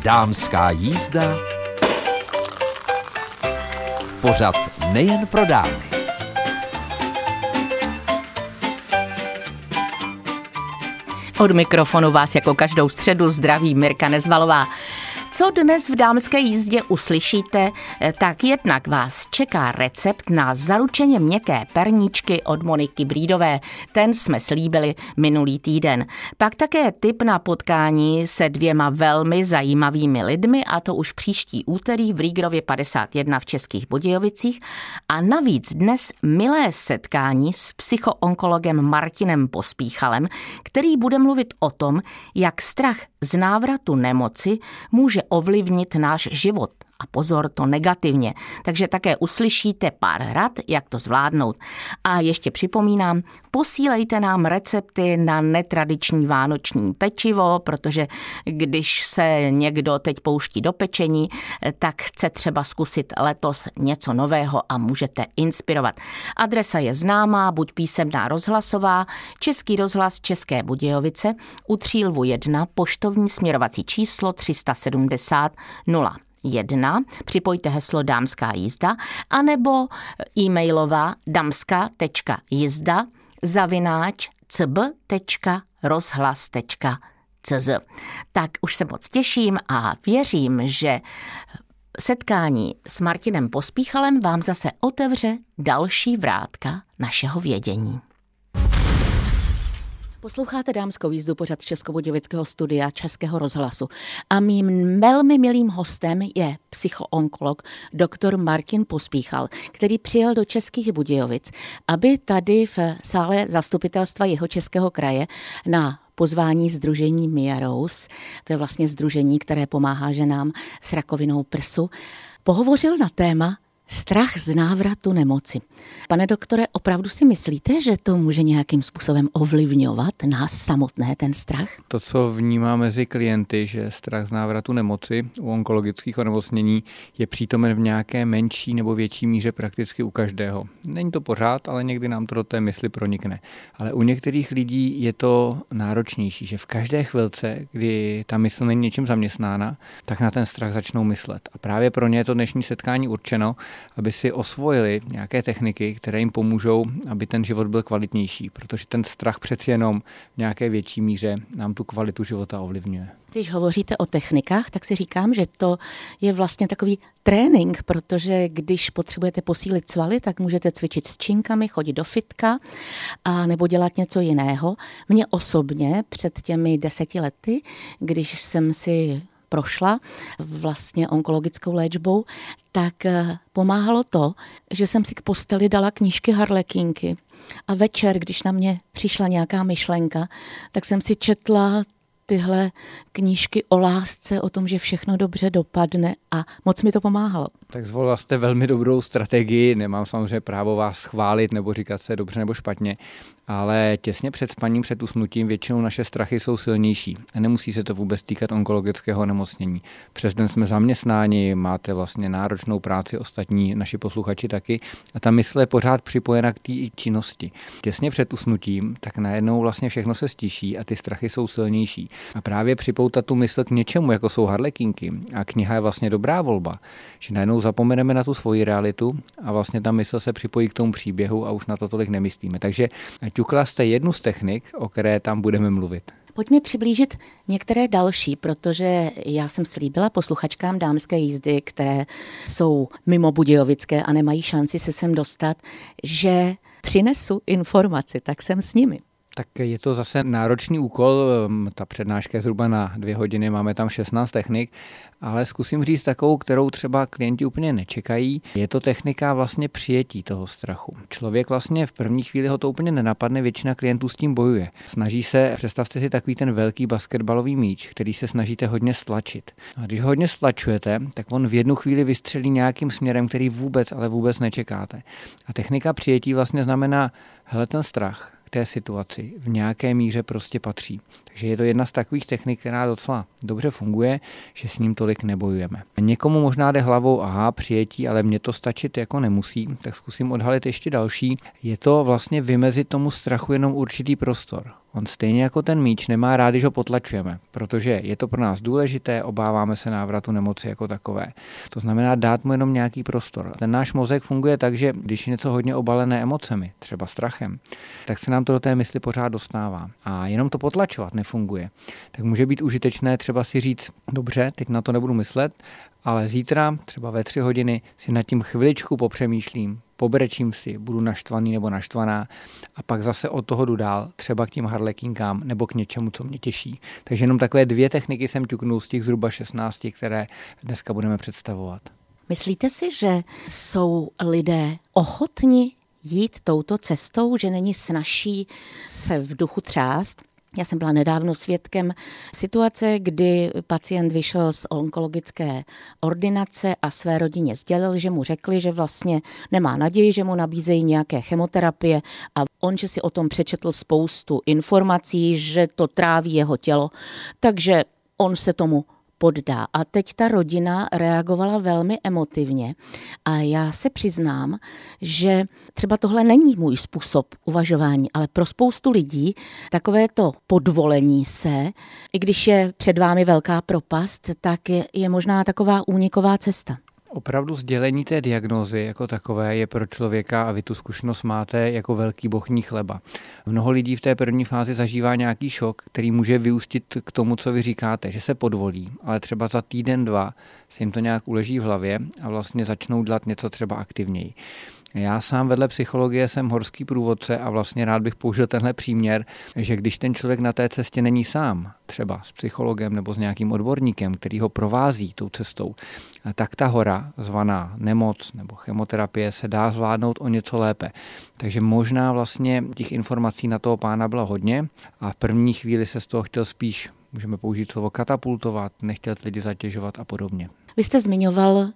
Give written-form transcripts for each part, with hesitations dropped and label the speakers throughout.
Speaker 1: Dámská jízda. Pořad nejen pro dámy.
Speaker 2: Od mikrofonu vás jako každou středu zdraví Mirka Nezvalová. Co dnes v dámské jízdě uslyšíte, tak jednak vás čeká recept na zaručeně měkké perníčky od Moniky Brídové. Ten jsme slíbili minulý týden. Pak také tip na potkání se dvěma velmi zajímavými lidmi, a to už příští úterý v Rígrově 51 v Českých Budějovicích. A navíc dnes milé setkání s psychoonkologem Martinem Pospíchalem, který bude mluvit o tom, jak strach z návratu nemoci může ovlivnit náš život. A pozor, to negativně. Takže také uslyšíte pár rad, jak to zvládnout. A ještě připomínám, posílejte nám recepty na netradiční vánoční pečivo, protože když se někdo teď pouští do pečení, tak chce třeba zkusit letos něco nového a můžete inspirovat. Adresa je známá, buď písemná rozhlasová, Český rozhlas České Budějovice, u Třílvu 1, poštovní směrovací číslo 370 01, připojte heslo Dámská jízda, anebo e-mailová damska.jizda@cb.rozhlas.cz. Tak už se moc těším a věřím, že setkání s Martinem Pospíchalem vám zase otevře další vrátka našeho vědění. Posloucháte Dámskou jízdu, pořad Českobudějovického studia Českého rozhlasu. A mým velmi milým hostem je psychoonkolog doktor Martin Pospíchal, který přijel do Českých Budějovic, aby tady v sále zastupitelstva Jihočeského kraje na pozvání sdružení Mia Rose, to je vlastně sdružení, které pomáhá ženám s rakovinou prsu, pohovořil na téma strach z návratu nemoci. Pane doktore, opravdu si myslíte, že to může nějakým způsobem ovlivňovat nás samotné, ten strach?
Speaker 3: To, co vnímá mezi klienty, že strach z návratu nemoci u onkologických onemocnění je přítomen v nějaké menší nebo větší míře prakticky u každého. Není to pořád, ale někdy nám to do té mysli pronikne. Ale u některých lidí je to náročnější, že v každé chvilce, kdy ta mysl není něčím zaměstnána, tak na ten strach začnou myslet. A právě pro ně je to dnešní setkání určeno, aby si osvojili nějaké techniky, které jim pomůžou, aby ten život byl kvalitnější, protože ten strach přeci jenom v nějaké větší míře nám tu kvalitu života ovlivňuje.
Speaker 2: Když hovoříte o technikách, tak si říkám, že to je vlastně takový trénink, protože když potřebujete posílit svaly, tak můžete cvičit s činkami, chodit do fitka a nebo dělat něco jiného. Mně osobně před těmi 10 lety, když jsem si prošla vlastně onkologickou léčbou, tak pomáhalo to, že jsem si k posteli dala knížky Harlekínky a večer, když na mě přišla nějaká myšlenka, tak jsem si četla tyhle knížky o lásce, o tom, že všechno dobře dopadne a moc mi to pomáhalo.
Speaker 3: Tak zvolila jste velmi dobrou strategii, nemám samozřejmě právo vás chválit nebo říkat se dobře nebo špatně, ale těsně před spaním, před usnutím většinou naše strachy jsou silnější a nemusí se to vůbec týkat onkologického onemocnění. Přes den jsme zaměstnáni, máte vlastně náročnou práci, ostatní naši posluchači taky a ta mysl je pořád připojena k té činnosti. Těsně před usnutím, tak najednou vlastně všechno se stiší a ty strachy jsou silnější. A právě připoutat tu mysl k něčemu, jako jsou harlekínky, a kniha je vlastně dobrá volba, že najednou zapomeneme na tu svoji realitu a vlastně ta mysl se připojí k tomu příběhu a už na to tolik nemyslíme. Takže ťukla jste jednu z technik, o které tam budeme mluvit.
Speaker 2: Pojďme přiblížit některé další, protože já jsem slíbila posluchačkám Dámské jízdy, které jsou mimo budějovické a nemají šanci se sem dostat, že přinesu informaci, tak jsem s nimi.
Speaker 3: Tak je to zase náročný úkol, ta přednáška je zhruba na 2 hodiny, máme tam 16 technik, ale zkusím říct takovou, kterou třeba klienti úplně nečekají. Je to technika vlastně přijetí toho strachu. Člověk vlastně v první chvíli ho to úplně nenapadne, většina klientů s tím bojuje. Snaží se, představte si takový ten velký basketbalový míč, který se snažíte hodně stlačit. A když ho hodně stlačujete, tak on v jednu chvíli vystřelí nějakým směrem, který vůbec nečekáte. A technika přijetí vlastně znamená, hele, ten strach k té situaci v nějaké míře prostě patří. Takže je to jedna z takových technik, která docela dobře funguje, že s ním tolik nebojujeme. Někomu možná jde hlavou, přijetí, ale mně to stačit jako nemusí, tak zkusím odhalit ještě další. Je to vlastně vymezit tomu strachu jenom určitý prostor. On stejně jako ten míč nemá rád, když ho potlačujeme, protože je to pro nás důležité, obáváme se návratu nemoci jako takové. To znamená dát mu jenom nějaký prostor. Ten náš mozek funguje tak, že když je něco hodně obalené emocemi, třeba strachem, tak se nám to do té mysli pořád dostává. A jenom to potlačovat nefunguje. Tak může být užitečné třeba si říct, dobře, teď na to nebudu myslet, ale zítra, třeba ve 3 hodiny, si nad tím chviličku popřemýšlím, pobrečím si, budu naštvaný nebo naštvaná a pak zase od toho jdu dál, třeba k tím harlekinkám nebo k něčemu, co mě těší. Takže jenom takové 2 techniky jsem ťuknul z těch zhruba 16, které dneska budeme představovat.
Speaker 2: Myslíte si, že jsou lidé ochotni jít touto cestou, že není snazší se v duchu třást? Já jsem byla nedávno svědkem situace, kdy pacient vyšel z onkologické ordinace a své rodině sdělil, že mu řekli, že vlastně nemá naději, že mu nabízejí nějaké chemoterapie a on, že si o tom přečetl spoustu informací, že to tráví jeho tělo, takže on se tomu poddá. A teď ta rodina reagovala velmi emotivně a já se přiznám, že třeba tohle není můj způsob uvažování, ale pro spoustu lidí takové to podvolení se, i když je před vámi velká propast, tak je možná taková úniková cesta.
Speaker 3: Opravdu sdělení té diagnózy jako takové je pro člověka, a vy tu zkušenost máte, jako velký bochní chleba. Mnoho lidí v té první fázi zažívá nějaký šok, který může vyústit k tomu, co vy říkáte, že se podvolí, ale třeba za týden, 2 se jim to nějak uleží v hlavě a vlastně začnou dělat něco třeba aktivněji. Já sám vedle psychologie jsem horský průvodce a vlastně rád bych použil tenhle příměr, že když ten člověk na té cestě není sám, třeba s psychologem nebo s nějakým odborníkem, který ho provází tou cestou, tak ta hora, zvaná nemoc nebo chemoterapie, se dá zvládnout o něco lépe. Takže možná vlastně těch informací na toho pána bylo hodně a v první chvíli se z toho chtěl spíš, můžeme použít slovo katapultovat, nechtěl lidi zatěžovat a podobně.
Speaker 2: Vy jste zmiňoval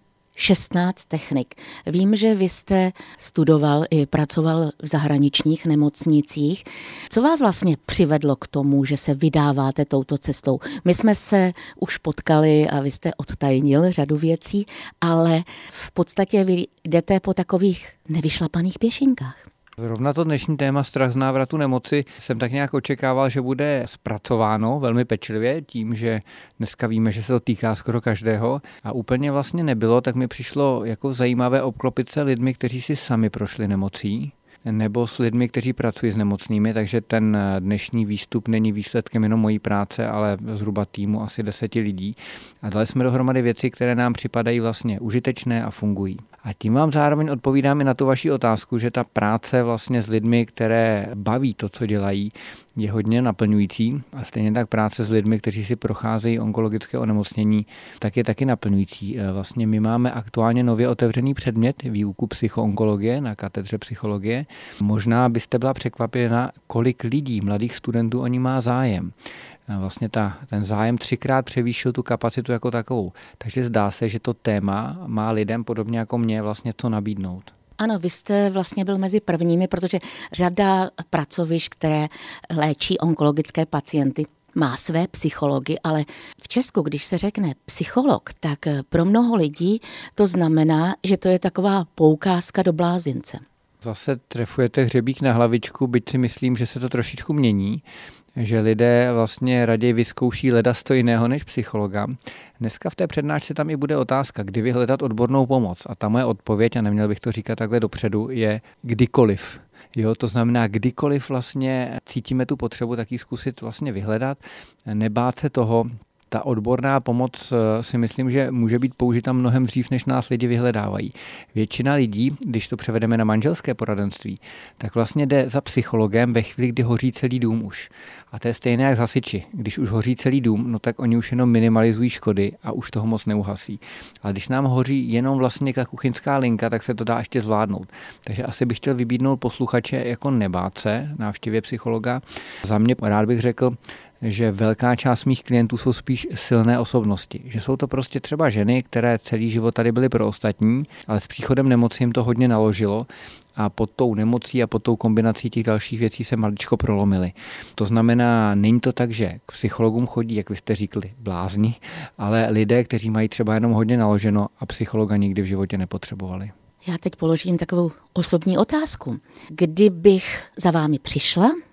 Speaker 2: 16 technik. Vím, že vy jste studoval i pracoval v zahraničních nemocnicích. Co vás vlastně přivedlo k tomu, že se vydáváte touto cestou? My jsme se už potkali a vy jste odtajnil řadu věcí, ale v podstatě vy jdete po takových nevyšlapaných pěšinkách.
Speaker 3: Zrovna to dnešní téma strach z návratu nemoci jsem tak nějak očekával, že bude zpracováno velmi pečlivě tím, že dneska víme, že se to týká skoro každého a úplně vlastně nebylo, tak mi přišlo jako zajímavé obklopit se lidmi, kteří si sami prošli nemocí, nebo s lidmi, kteří pracují s nemocnými, takže ten dnešní výstup není výsledkem jenom mojí práce, ale zhruba týmu asi 10 lidí. A dali jsme dohromady věci, které nám připadají vlastně užitečné a fungují. A tím vám zároveň odpovídám i na tu vaši otázku, že ta práce vlastně s lidmi, které baví to, co dělají, je hodně naplňující a stejně tak práce s lidmi, kteří si procházejí onkologické onemocnění, tak je taky naplňující. Vlastně my máme aktuálně nově otevřený předmět výuku psychoonkologie na katedře psychologie. Možná byste byla překvapena, kolik lidí, mladých studentů, o ní má zájem. Vlastně ten zájem 3krát převýšil tu kapacitu jako takovou. Takže zdá se, že to téma má lidem podobně jako mě vlastně co nabídnout.
Speaker 2: Ano, vy jste vlastně byl mezi prvními, protože řada pracovišť, které léčí onkologické pacienty, má své psychology, ale v Česku, když se řekne psycholog, tak pro mnoho lidí to znamená, že to je taková poukázka do blázince.
Speaker 3: Zase trefujete hřebík na hlavičku, byť si myslím, že se to trošičku mění, že lidé vlastně raději vyzkouší ledacos jiného než psychologa. Dneska v té přednášce tam i bude otázka, kdy vyhledat odbornou pomoc. A ta moje odpověď, a neměl bych to říkat takhle dopředu, je kdykoliv. Jo, to znamená, kdykoliv vlastně cítíme tu potřebu, tak ji zkusit vlastně vyhledat, nebát se toho. Ta odborná pomoc si myslím, že může být použita mnohem dřív, než nás lidi vyhledávají. Většina lidí, když to převedeme na manželské poradenství, tak vlastně jde za psychologem ve chvíli, kdy hoří celý dům už. A to je stejné jak hasiči. Když už hoří celý dům, no tak oni už jenom minimalizují škody a už toho moc neuhasí. Ale když nám hoří jenom vlastně ta kuchyňská linka, tak se to dá ještě zvládnout. Takže asi bych chtěl vybídnout posluchače jako nebát se návštěvě psychologa. Za mě rád bych řekl, že velká část mých klientů jsou spíš silné osobnosti. Že jsou to prostě třeba ženy, které celý život tady byly pro ostatní, ale s příchodem nemoci jim to hodně naložilo a pod tou nemocí a pod tou kombinací těch dalších věcí se maličko prolomily. To znamená, není to tak, že k psychologům chodí, jak vy jste říkali, blázni, ale lidé, kteří mají třeba jenom hodně naloženo a psychologa nikdy v životě nepotřebovali.
Speaker 2: Já teď položím takovou osobní otázku. Kdybych za vámi přišla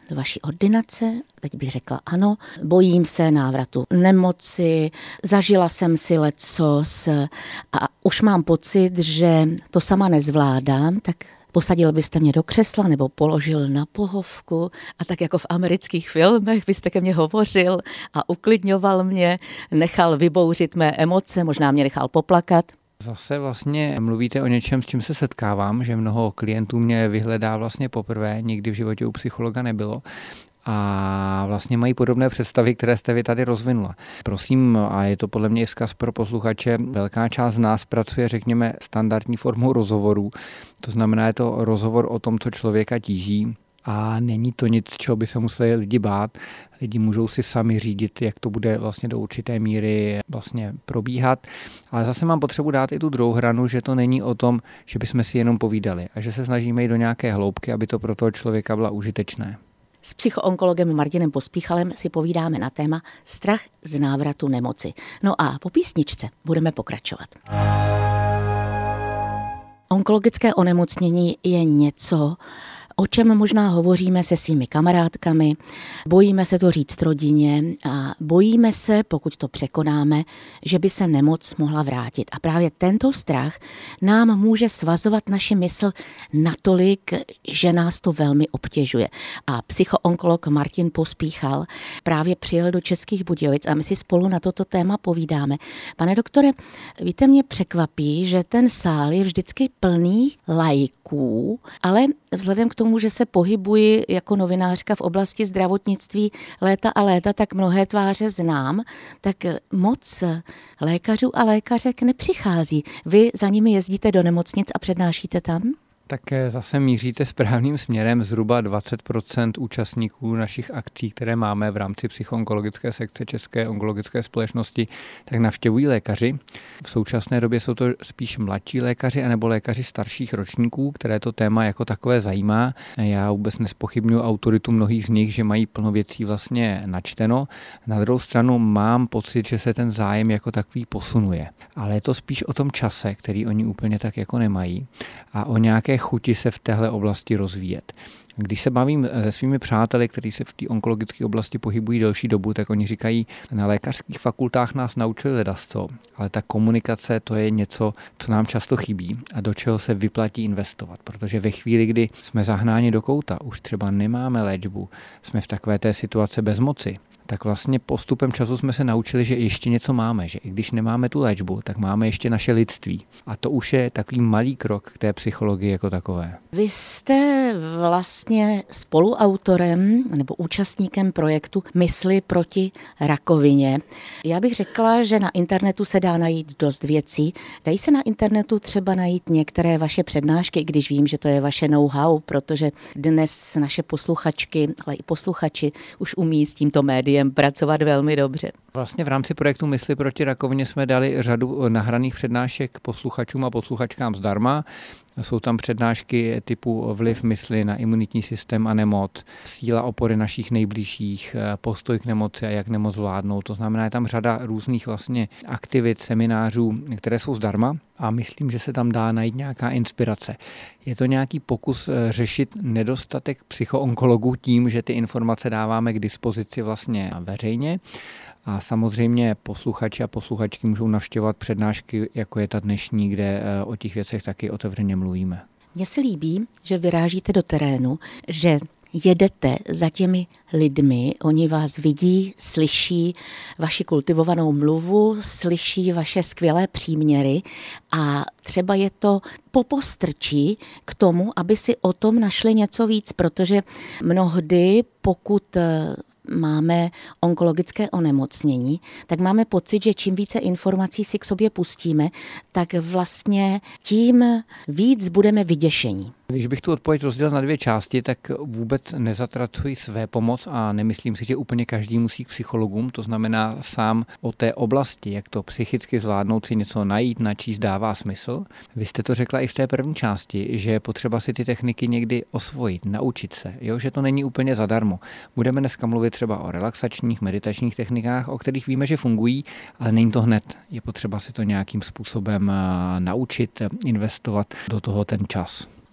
Speaker 2: do vaší ordinace, teď bych řekla ano, bojím se návratu nemoci, zažila jsem si lecos a už mám pocit, že to sama nezvládám, tak posadil byste mě do křesla nebo položil na pohovku a tak jako v amerických filmech byste ke mně hovořil a uklidňoval mě, nechal vybouřit mé emoce, možná mě nechal poplakat.
Speaker 3: Zase vlastně mluvíte o něčem, s čím se setkávám, že mnoho klientů mě vyhledá vlastně poprvé, nikdy v životě u psychologa nebylo. A vlastně mají podobné představy, které jste vy tady rozvinula. Prosím, a je to podle mě vzkaz pro posluchače, velká část z nás pracuje, řekněme, standardní formou rozhovorů. To znamená, je to rozhovor o tom, co člověka tíží. A není to nic, čeho by se museli lidi bát. Lidi můžou si sami řídit, jak to bude vlastně do určité míry vlastně probíhat. Ale zase mám potřebu dát i tu druhou hranu, že to není o tom, že bychom si jenom povídali a že se snažíme jít do nějaké hloubky, aby to pro toho člověka bylo užitečné.
Speaker 2: S psychoonkologem Martinem Pospíchalem si povídáme na téma strach z návratu nemoci. No a po písničce budeme pokračovat. Onkologické onemocnění je něco, o čem možná hovoříme se svými kamarádkami, bojíme se to říct rodině a bojíme se, pokud to překonáme, že by se nemoc mohla vrátit. A právě tento strach nám může svazovat naši mysl natolik, že nás to velmi obtěžuje. A psychoonkolog Martin Pospíchal právě přijel do Českých Budějovic a my si spolu na toto téma povídáme. Pane doktore, víte, mě překvapí, že ten sál je vždycky plný laiků, ale vzhledem k tomu, že se pohybuji jako novinářka v oblasti zdravotnictví léta a léta, tak mnohé tváře znám, tak moc lékařů a lékařek nepřichází. Vy za nimi jezdíte do nemocnic a přednášíte tam?
Speaker 3: Tak zase míříte správným směrem. Zhruba 20% účastníků našich akcí, které máme v rámci psychoonkologické sekce České onkologické společnosti, tak navštěvují lékaři. V současné době jsou to spíš mladší lékaři anebo lékaři starších ročníků, které to téma jako takové zajímá. Já vůbec nespochybnuju autoritu mnohých z nich, že mají plno věcí vlastně načteno. Na druhou stranu mám pocit, že se ten zájem jako takový posunuje. Ale je to spíš o tom čase, který oni úplně tak jako nemají a o nějaké chuti se v téhle oblasti rozvíjet. Když se bavím se svými přáteli, kteří se v té onkologické oblasti pohybují delší dobu, tak oni říkají, na lékařských fakultách nás naučili ledasco, ale ta komunikace to je něco, co nám často chybí a do čeho se vyplatí investovat, protože ve chvíli, kdy jsme zahnáni do kouta, už třeba nemáme léčbu, jsme v takové té situaci bezmoci, tak vlastně postupem času jsme se naučili, že ještě něco máme, že i když nemáme tu léčbu, tak máme ještě naše lidství. A to už je takový malý krok k té psychologii jako takové.
Speaker 2: Vy jste vlastně spoluautorem nebo účastníkem projektu Mysli proti rakovině. Já bych řekla, že na internetu se dá najít dost věcí. Dají se na internetu třeba najít některé vaše přednášky, když vím, že to je vaše know-how, protože dnes naše posluchačky, ale i posluchači už umí s tímto médiem pracovat velmi dobře.
Speaker 3: Vlastně v rámci projektu Mysli proti rakovině jsme dali řadu nahraných přednášek posluchačům a posluchačkám zdarma. Jsou tam přednášky typu vliv mysli na imunitní systém a nemoc, síla opory našich nejbližších, postoj k nemoci a jak nemoc zvládnout. To znamená, je tam řada různých vlastně aktivit, seminářů, které jsou zdarma a myslím, že se tam dá najít nějaká inspirace. Je to nějaký pokus řešit nedostatek psychoonkologů tím, že ty informace dáváme k dispozici vlastně veřejně. A samozřejmě posluchači a posluchačky můžou navštěvovat přednášky, jako je ta dnešní, kde o těch věcech taky otevřeně mluvíme.
Speaker 2: Mně se líbí, že vyrážíte do terénu, že jedete za těmi lidmi, oni vás vidí, slyší vaši kultivovanou mluvu, slyší vaše skvělé příměry a třeba je to popostrčí k tomu, aby si o tom našli něco víc, protože mnohdy, pokud máme onkologické onemocnění, tak máme pocit, že čím více informací si k sobě pustíme, tak vlastně tím víc budeme vyděšení.
Speaker 3: Když bych tu odpověď rozdělil na dvě části, tak vůbec nezatracuji své pomoc a nemyslím si, že úplně každý musí k psychologům, to znamená sám o té oblasti, jak to psychicky zvládnout, si něco najít, načíst dává smysl. Vy jste to řekla i v té první části, že je potřeba si ty techniky někdy osvojit, naučit se, jo? Že to není úplně zadarmo. Budeme dneska mluvit třeba o relaxačních, meditačních technikách, o kterých víme, že fungují, ale není to hned. Je potřeba si to nějakým způsobem naučit, investovat do toho ten čas.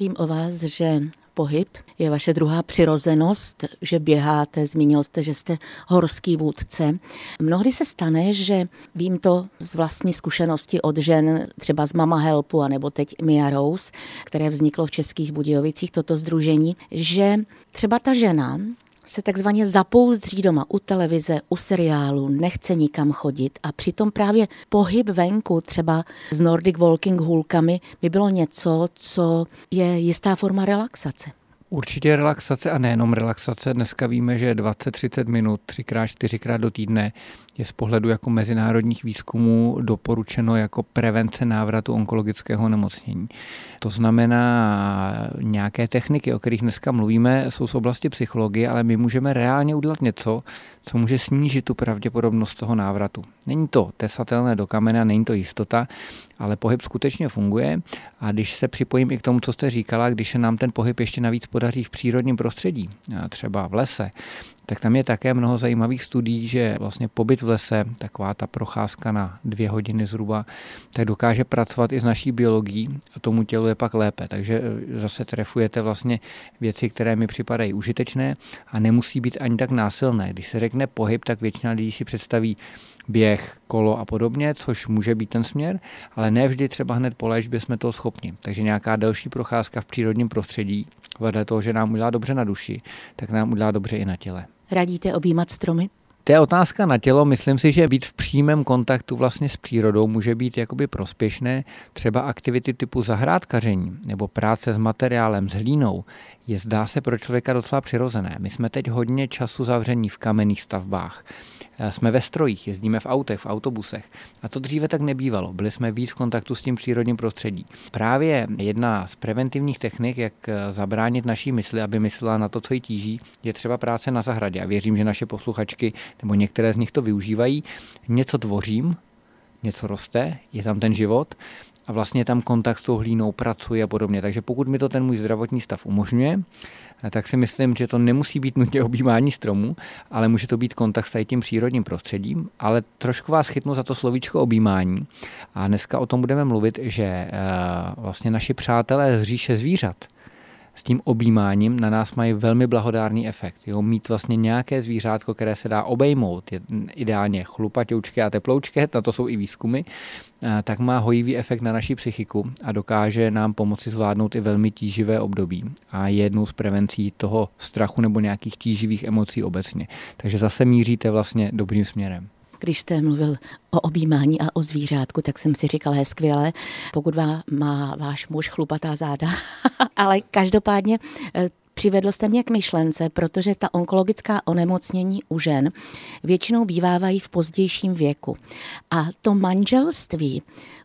Speaker 2: Vím o vás, že pohyb je vaše druhá přirozenost, že běháte, zmínil jste, že jste horský vůdce. Mnohdy se stane, že vím to z vlastní zkušenosti od žen, třeba z Mama Helpu, anebo teď Mia Rose, které vzniklo v Českých Budějovicích, toto sdružení, že třeba ta žena se takzvaně zapouzdří doma u televize, u seriálu, nechce nikam chodit a přitom právě pohyb venku, třeba s Nordic Walking hůlkami, by bylo něco, co je jistá forma relaxace.
Speaker 3: Určitě relaxace a nejenom relaxace. Dneska víme, že 20-30 minut, 3x, 4x do týdne je z pohledu jako mezinárodních výzkumů doporučeno jako prevence návratu onkologického onemocnění. To znamená, nějaké techniky, o kterých dneska mluvíme, jsou z oblasti psychologie, ale my můžeme reálně udělat něco, co může snížit tu pravděpodobnost toho návratu. Není to tesatelné do kamene, není to jistota, ale pohyb skutečně funguje a když se připojím i k tomu, co jste říkala, když se nám ten pohyb ještě navíc podaří v přírodním prostředí, třeba v lese, tak tam je také mnoho zajímavých studií, že vlastně pobyt v lese, taková ta procházka na 2 hodiny zhruba, tak dokáže pracovat i s naší biologií a tomu tělu je pak lépe. Takže zase trefujete vlastně věci, které mi připadají užitečné a nemusí být ani tak násilné. Když se řekne pohyb, tak většina lidí si představí běh, kolo a podobně, což může být ten směr, ale ne vždy třeba hned po léčbě jsme toho schopni. Takže nějaká delší procházka v přírodním prostředí, vedle toho, že nám udělá dobře na duši, tak nám udělá dobře i na těle.
Speaker 2: Radíte objímat stromy?
Speaker 3: To je otázka na tělo. Myslím si, že být v přímém kontaktu vlastně s přírodou může být jakoby prospěšné. Třeba aktivity typu zahrádkaření nebo práce s materiálem, s hlínou, je zdá se pro člověka docela přirozené. My jsme teď hodně času zavření v kamenných stavbách. Jsme ve strojích, jezdíme v autech, v autobusech. A to dříve tak nebývalo. Byli jsme víc v kontaktu s tím přírodním prostředím. Právě jedna z preventivních technik, jak zabránit naší mysli, aby myslela na to, co ji tíží, je třeba práce na zahradě. A věřím, že naše posluchačky nebo některé z nich to využívají. Něco tvořím, něco roste, je tam ten život a vlastně tam kontakt s tou hlínou, pracuji a podobně. Takže pokud mi to ten můj zdravotní stav umožňuje, tak si myslím, že to nemusí být nutně objímání stromů, ale může to být kontakt s tím přírodním prostředím, ale trošku vás chytnu za to slovíčko objímání a dneska o tom budeme mluvit, že vlastně naši přátelé z říše zvířat s tím objímáním na nás mají velmi blahodárný efekt. Jo, mít vlastně nějaké zvířátko, které se dá obejmout, je ideálně chlupatoučké a teploučké, na to jsou i výzkumy, tak má hojivý efekt na naši psychiku a dokáže nám pomoci zvládnout i velmi tíživé období. A je jednou z prevencí toho strachu nebo nějakých tíživých emocí obecně. Takže zase míříte vlastně dobrým směrem.
Speaker 2: Když jste mluvil o objímání a o zvířátku, tak jsem si říkala, skvělé, pokud má váš muž chlupatá záda, ale každopádně přivedl jste mě k myšlence, protože ta onkologická onemocnění u žen většinou bývávají v pozdějším věku. A to manželství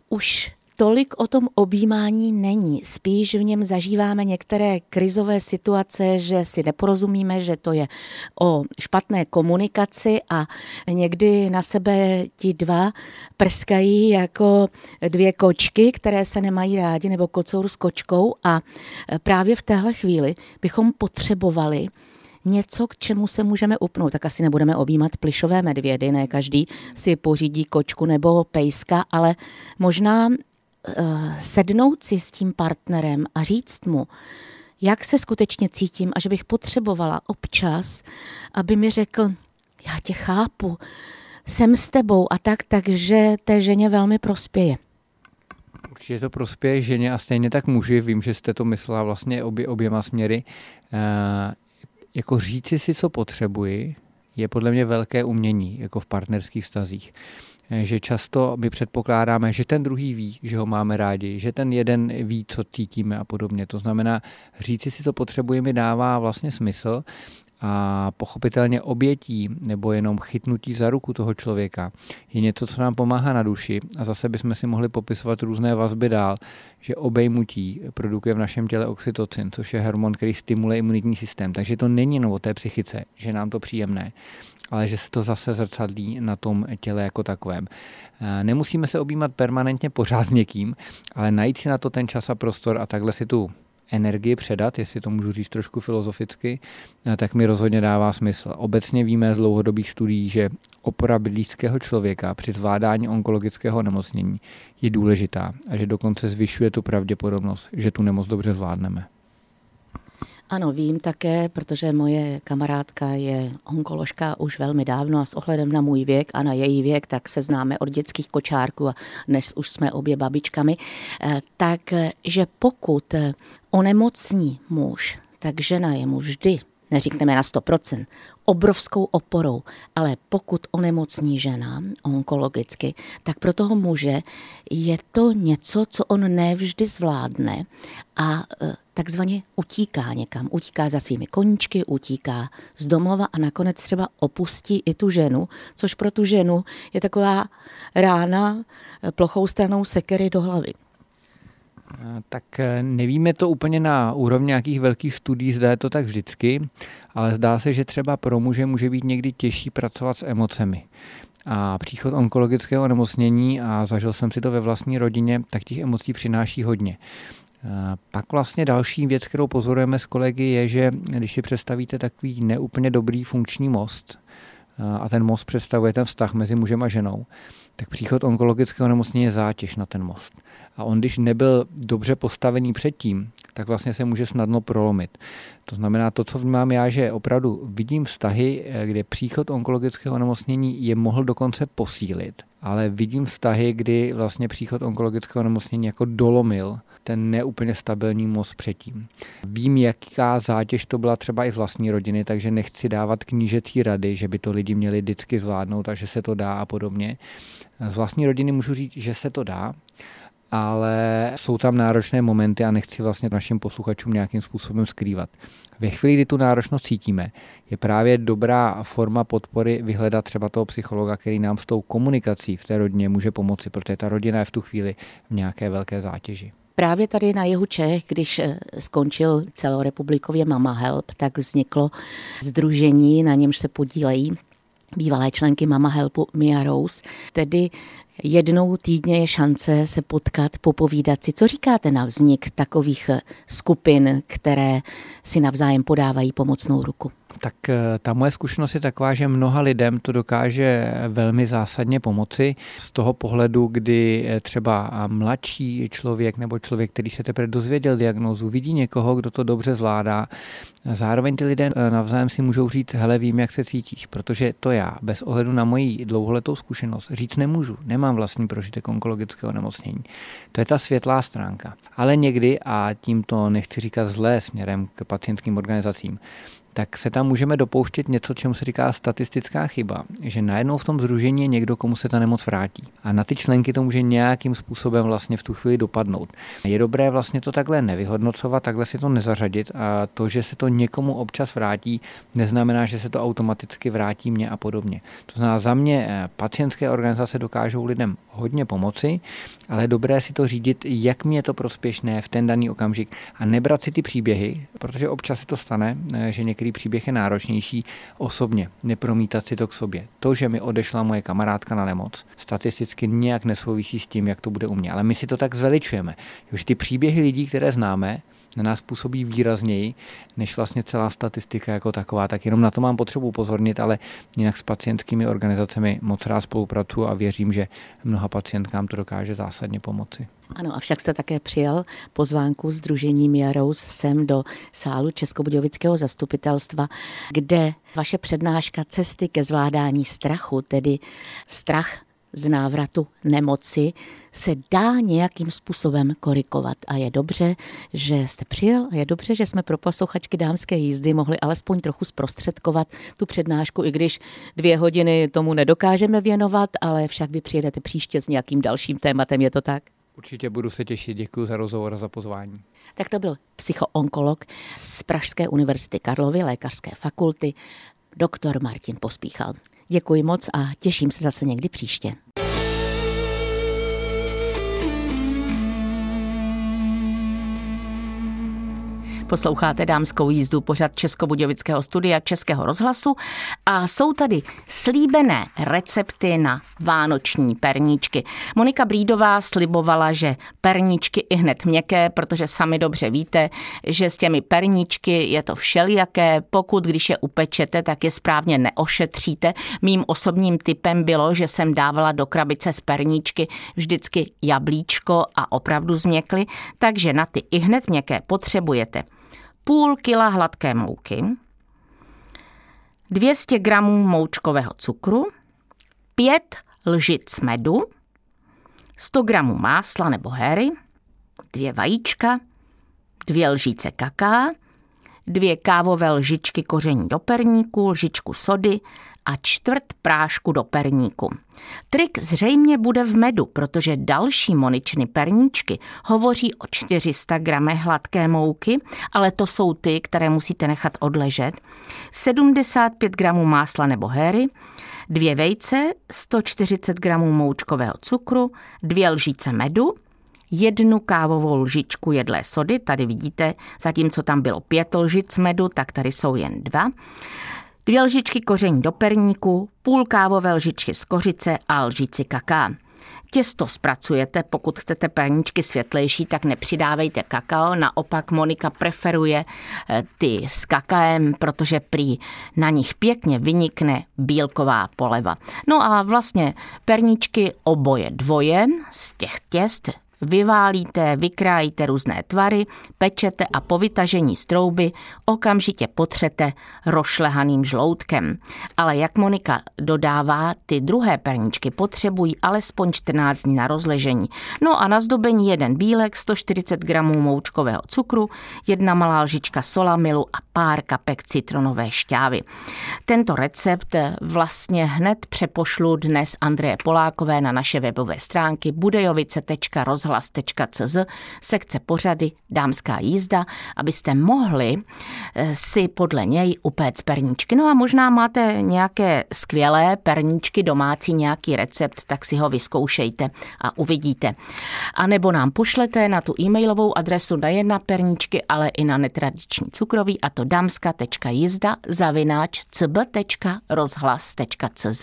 Speaker 2: už tolik o tom objímání není. Spíš v něm zažíváme některé krizové situace, že si neporozumíme, že to je o špatné komunikaci a někdy na sebe ti dva prskají jako 2 kočky, které se nemají rádi, nebo kocour s kočkou a právě v téhle chvíli bychom potřebovali něco, k čemu se můžeme upnout. Tak asi nebudeme objímat plyšové medvědy, ne každý si pořídí kočku nebo pejska, ale možná sednout si s tím partnerem a říct mu, jak se skutečně cítím a že bych potřebovala občas, aby mi řekl, já tě chápu, jsem s tebou a takže té ženě velmi prospěje.
Speaker 3: Určitě to prospěje ženě a stejně tak muži, vím, že jste to myslela vlastně oběma směry. Jako říci si, co potřebuji, je podle mě velké umění, jako v partnerských vztazích. Že často my předpokládáme, že ten druhý ví, že ho máme rádi, že ten jeden ví, co cítíme a podobně. To znamená, říci si, co potřebujeme, dává vlastně smysl a pochopitelně obětí nebo jenom chytnutí za ruku toho člověka je něco, co nám pomáhá na duši a zase bychom si mohli popisovat různé vazby dál, že obejmutí produkuje v našem těle oxytocin, což je hormon, který stimuluje imunitní systém. Takže to není jenom o té psychice, že nám to příjemné, ale že se to zase zrcadlí na tom těle jako takovém. Nemusíme se objímat permanentně pořád s někým, ale najít si na to ten čas a prostor a takhle si tu energii předat, jestli to můžu říct trošku filozoficky, tak mi rozhodně dává smysl. Obecně víme z dlouhodobých studií, že opora bydlíckého člověka při zvládání onkologického onemocnění je důležitá a že dokonce zvyšuje tu pravděpodobnost, že tu nemoc dobře zvládneme.
Speaker 2: Ano, vím také, protože moje kamarádka je onkoložka už velmi dávno a s ohledem na můj věk a na její věk, tak se známe od dětských kočárků a dnes už jsme obě babičkami, takže pokud onemocní muž, tak žena je mu vždy, neříkneme na 100%, obrovskou oporou, ale pokud onemocní žena onkologicky, tak pro toho muže je to něco, co on nevždy zvládne a takzvaně utíká někam. Utíká za svými koníčky, utíká z domova a nakonec třeba opustí i tu ženu, což pro tu ženu je taková rána plochou stranou sekery do hlavy.
Speaker 3: Tak nevíme to úplně na úrovni nějakých velkých studií, zda je to tak vždycky, ale zdá se, že třeba pro muže může být někdy těžší pracovat s emocemi. A příchod onkologického onemocnění, a zažil jsem si to ve vlastní rodině, tak těch emocí přináší hodně. Pak vlastně další věc, kterou pozorujeme s kolegy, je, že když si představíte takový neúplně dobrý funkční most, a ten most představuje ten vztah mezi mužem a ženou, tak příchod onkologického onemocnění je zátěž na ten most. A on, když nebyl dobře postavený předtím, tak vlastně se může snadno prolomit. To znamená, to, co vnímám já, že opravdu vidím vztahy, kde příchod onkologického onemocnění je mohl dokonce posílit, ale vidím vztahy, kdy vlastně příchod onkologického onemocnění jako dolomil ten neúplně stabilní most předtím. Vím, jaká zátěž to byla třeba i z vlastní rodiny, takže nechci dávat knížecí rady, že by to lidi měli vždycky zvládnout a že se to dá a podobně. Z vlastní rodiny můžu říct, že se to dá, ale jsou tam náročné momenty a nechci vlastně našim posluchačům nějakým způsobem skrývat. Ve chvíli, kdy tu náročnost cítíme, je právě dobrá forma podpory vyhledat třeba toho psychologa, který nám s tou komunikací v té rodině může pomoci, protože ta rodina je v tu chvíli v nějaké velké zátěži.
Speaker 2: Právě tady na jihu Čech, když skončil celorepublikově Mama Help, tak vzniklo sdružení, na němž se podílejí bývalé členky Mama Helpu Mia Rose, tedy jednou týdně je šance se potkat, popovídat si. Co říkáte na vznik takových skupin, které si navzájem podávají pomocnou ruku?
Speaker 3: Tak ta moje zkušenost je taková, že mnoha lidem to dokáže velmi zásadně pomoci z toho pohledu, kdy třeba mladší člověk nebo člověk, který se teprve dozvěděl diagnózu, vidí někoho, kdo to dobře zvládá. Zároveň ty lidé navzájem si můžou říct, hele, vím, jak se cítíš, protože to já bez ohledu na moji dlouholetou zkušenost říct nemůžu. Nemám vlastní prožitek onkologického onemocnění. To je ta světlá stránka. Ale někdy, a tím to nechci říkat zlé směrem k pacientským organizacím, tak se tam můžeme dopouštět něco, čemu se říká statistická chyba, že najednou v tom sdružení je někdo, komu se ta nemoc vrátí. A na ty členky to může nějakým způsobem vlastně v tu chvíli dopadnout. Je dobré vlastně to takhle nevyhodnocovat, takhle si to nezařadit a to, že se to někomu občas vrátí, neznamená, že se to automaticky vrátí mně a podobně. To znamená, za mě pacientské organizace dokážou lidem hodně pomoci, ale je dobré si to řídit, jak mi je to prospěšné v ten daný okamžik a nebrat si ty příběhy, protože občas se to stane, že některý příběh je náročnější osobně, nepromítat si to k sobě. To, že mi odešla moje kamarádka na nemoc, statisticky nějak nesouvisí s tím, jak to bude u mě, ale my si to tak zveličujeme. Už ty příběhy lidí, které známe, na nás působí výrazněji, než vlastně celá statistika jako taková. Tak jenom na to mám potřebu upozornit, ale jinak s pacientskými organizacemi moc rád spolupracuji a věřím, že mnoha pacientkám to dokáže zásadně pomoci.
Speaker 2: Ano, avšak jste také přijal pozvánku sdružení Mia Rose sem do sálu Českobudějovického zastupitelstva, kde vaše přednáška Cesty ke zvládání strachu, tedy strach z návratu nemoci, se dá nějakým způsobem korigovat. A je dobře, že jste přijel a je dobře, že jsme pro posluchačky dámské jízdy mohli alespoň trochu zprostředkovat tu přednášku, i když 2 hodiny tomu nedokážeme věnovat, ale však vy přijedete příště s nějakým dalším tématem, je to tak?
Speaker 3: Určitě budu se těšit, děkuji za rozhovor a za pozvání.
Speaker 2: Tak to byl psychoonkolog z Pražské univerzity Karlovy, lékařské fakulty, doktor Martin Pospíchal. Děkuji moc a těším se zase někdy příště. Posloucháte Dámskou jízdu, pořad Českobudějovického studia Českého rozhlasu a jsou tady slíbené recepty na vánoční perníčky. Monika Brídová slibovala, že perníčky i hned měkké, protože sami dobře víte, že s těmi perníčky je to všelijaké. Pokud, když je upečete, tak je správně neošetříte. Mým osobním tipem bylo, že jsem dávala do krabice z perníčky vždycky jablíčko a opravdu změkly, takže na ty i hned měkké potřebujete půl kila hladké mouky, 200 gramů moučkového cukru, 5 lžic medu, 100 gramů másla nebo hery, 2 vajíčka, 2 lžíce kakaa, 2 kávové lžičky koření do perníku, lžičku sody a 1/4 prášku do perníku. Trik zřejmě bude v medu, protože další Moničny perníčky hovoří o 400 gramech hladké mouky, ale to jsou ty, které musíte nechat odležet, 75 gramů másla nebo hery, 2 vejce, 140 gramů moučkového cukru, 2 lžíce medu, 1 kávovou lžičku jedlé sody, tady vidíte, zatímco tam bylo 5 lžic medu, tak tady jsou jen 2, 2 lžičky koření do perníku, půl kávové lžičky z kořice a lžíci kakaa. Těsto zpracujete, pokud chcete perníčky světlejší, tak nepřidávejte kakao, naopak Monika preferuje ty s kakaem, protože prý na nich pěkně vynikne bílková poleva. No a vlastně perníčky oboje dvoje z těch těst vyválíte, vykrájíte různé tvary, pečete a po vytažení z trouby okamžitě potřete rošlehaným žloutkem. Ale jak Monika dodává, ty druhé perníčky potřebují alespoň 14 dní na rozležení. No a na zdobení 1 bílek, 140 gramů moučkového cukru, 1 malá lžička solamilu a pár kapek citronové šťávy. Tento recept vlastně hned přepošlu dnes Andreje Polákové na naše webové stránky budejovice.rozhlas.cz, sekce pořady Dámská jízda, abyste mohli si podle něj upéct perníčky. No a možná máte nějaké skvělé perníčky domácí, nějaký recept, tak si ho vyzkoušejte a uvidíte. A nebo nám pošlete na tu e-mailovou adresu nejen na perníčky, ale i na netradiční cukroví, a to damska.jizda@cb.rozhlas.cz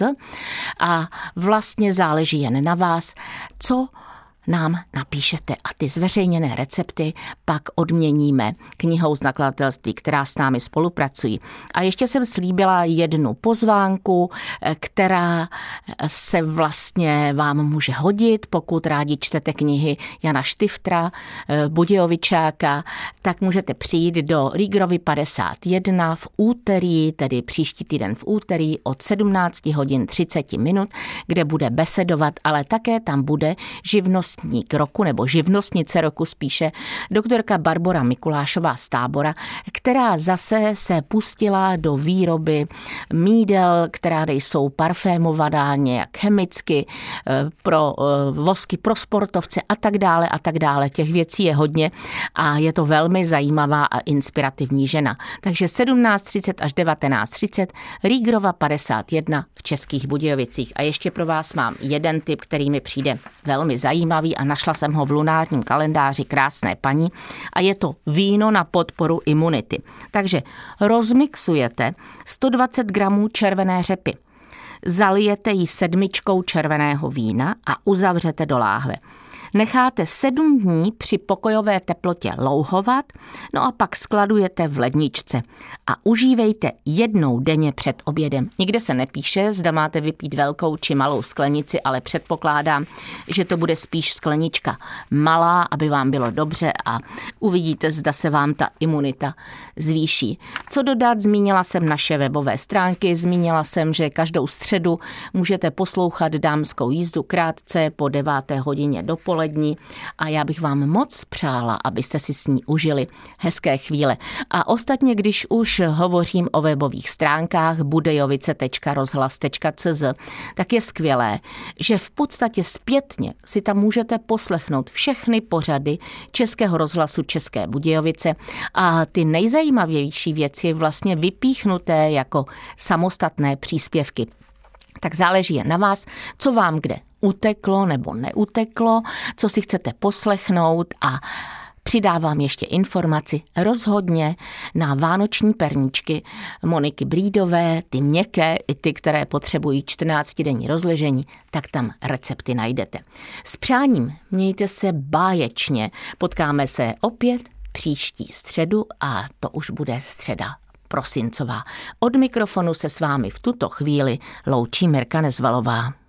Speaker 2: a vlastně záleží jen na vás, co nám napíšete a ty zveřejněné recepty pak odměníme knihou z nakladatelství, která s námi spolupracují. A ještě jsem slíbila 1 pozvánku, která se vlastně vám může hodit, pokud rádi čtete knihy Jana Štiftra, Budějovičáka, tak můžete přijít do Rígrovy 51 v úterý, tedy příští týden v úterý od 17 hodin 30 minut, kde bude besedovat, ale také tam bude živnostník roku, nebo živnostnice roku spíše, doktorka Barbora Mikulášová z Tábora, která zase se pustila do výroby mídel, která jsou parfémovaná nějak chemicky, pro vosky pro sportovce a tak dále. Těch věcí je hodně a je to velmi zajímavá a inspirativní žena. Takže 17:30 až 19:30 Rígrova 51 v Českých Budějovicích. A ještě pro vás mám jeden tip, který mi přijde velmi zajímavý a našla jsem ho v lunárním kalendáři Krásné paní a je to víno na podporu imunity. Takže rozmixujete 120 gramů červené řepy. Zalijete ji 7 červeného vína a uzavřete do láhve. Necháte 7 dní při pokojové teplotě louhovat, no a pak skladujete v ledničce a užívejte 1 denně před obědem. Nikde se nepíše, zda máte vypít velkou či malou sklenici, ale předpokládám, že to bude spíš sklenička malá, aby vám bylo dobře a uvidíte, zda se vám ta imunita zvýší. Co dodat, zmínila jsem naše webové stránky, zmínila jsem, že každou středu můžete poslouchat Dámskou jízdu krátce po 9. hodině dopolední a já bych vám moc přála, abyste si s ní užili hezké chvíle. A ostatně, když už hovořím o webových stránkách budejovice.rozhlas.cz, tak je skvělé, že v podstatě zpětně si tam můžete poslechnout všechny pořady Českého rozhlasu České Budějovice a ty nejzajímavější věci vlastně vypíchnuté jako samostatné příspěvky. Tak záleží jen na vás, co vám kde uteklo nebo neuteklo, co si chcete poslechnout a Přidávám ještě informaci rozhodně na vánoční perníčky Moniky Brídové, ty měkké i ty, které potřebují 14denní rozležení, tak tam recepty najdete. S přáním mějte se báječně. Potkáme se opět příští středu a to už bude středa prosincová. Od mikrofonu se s vámi v tuto chvíli loučí Mirka Nezvalová.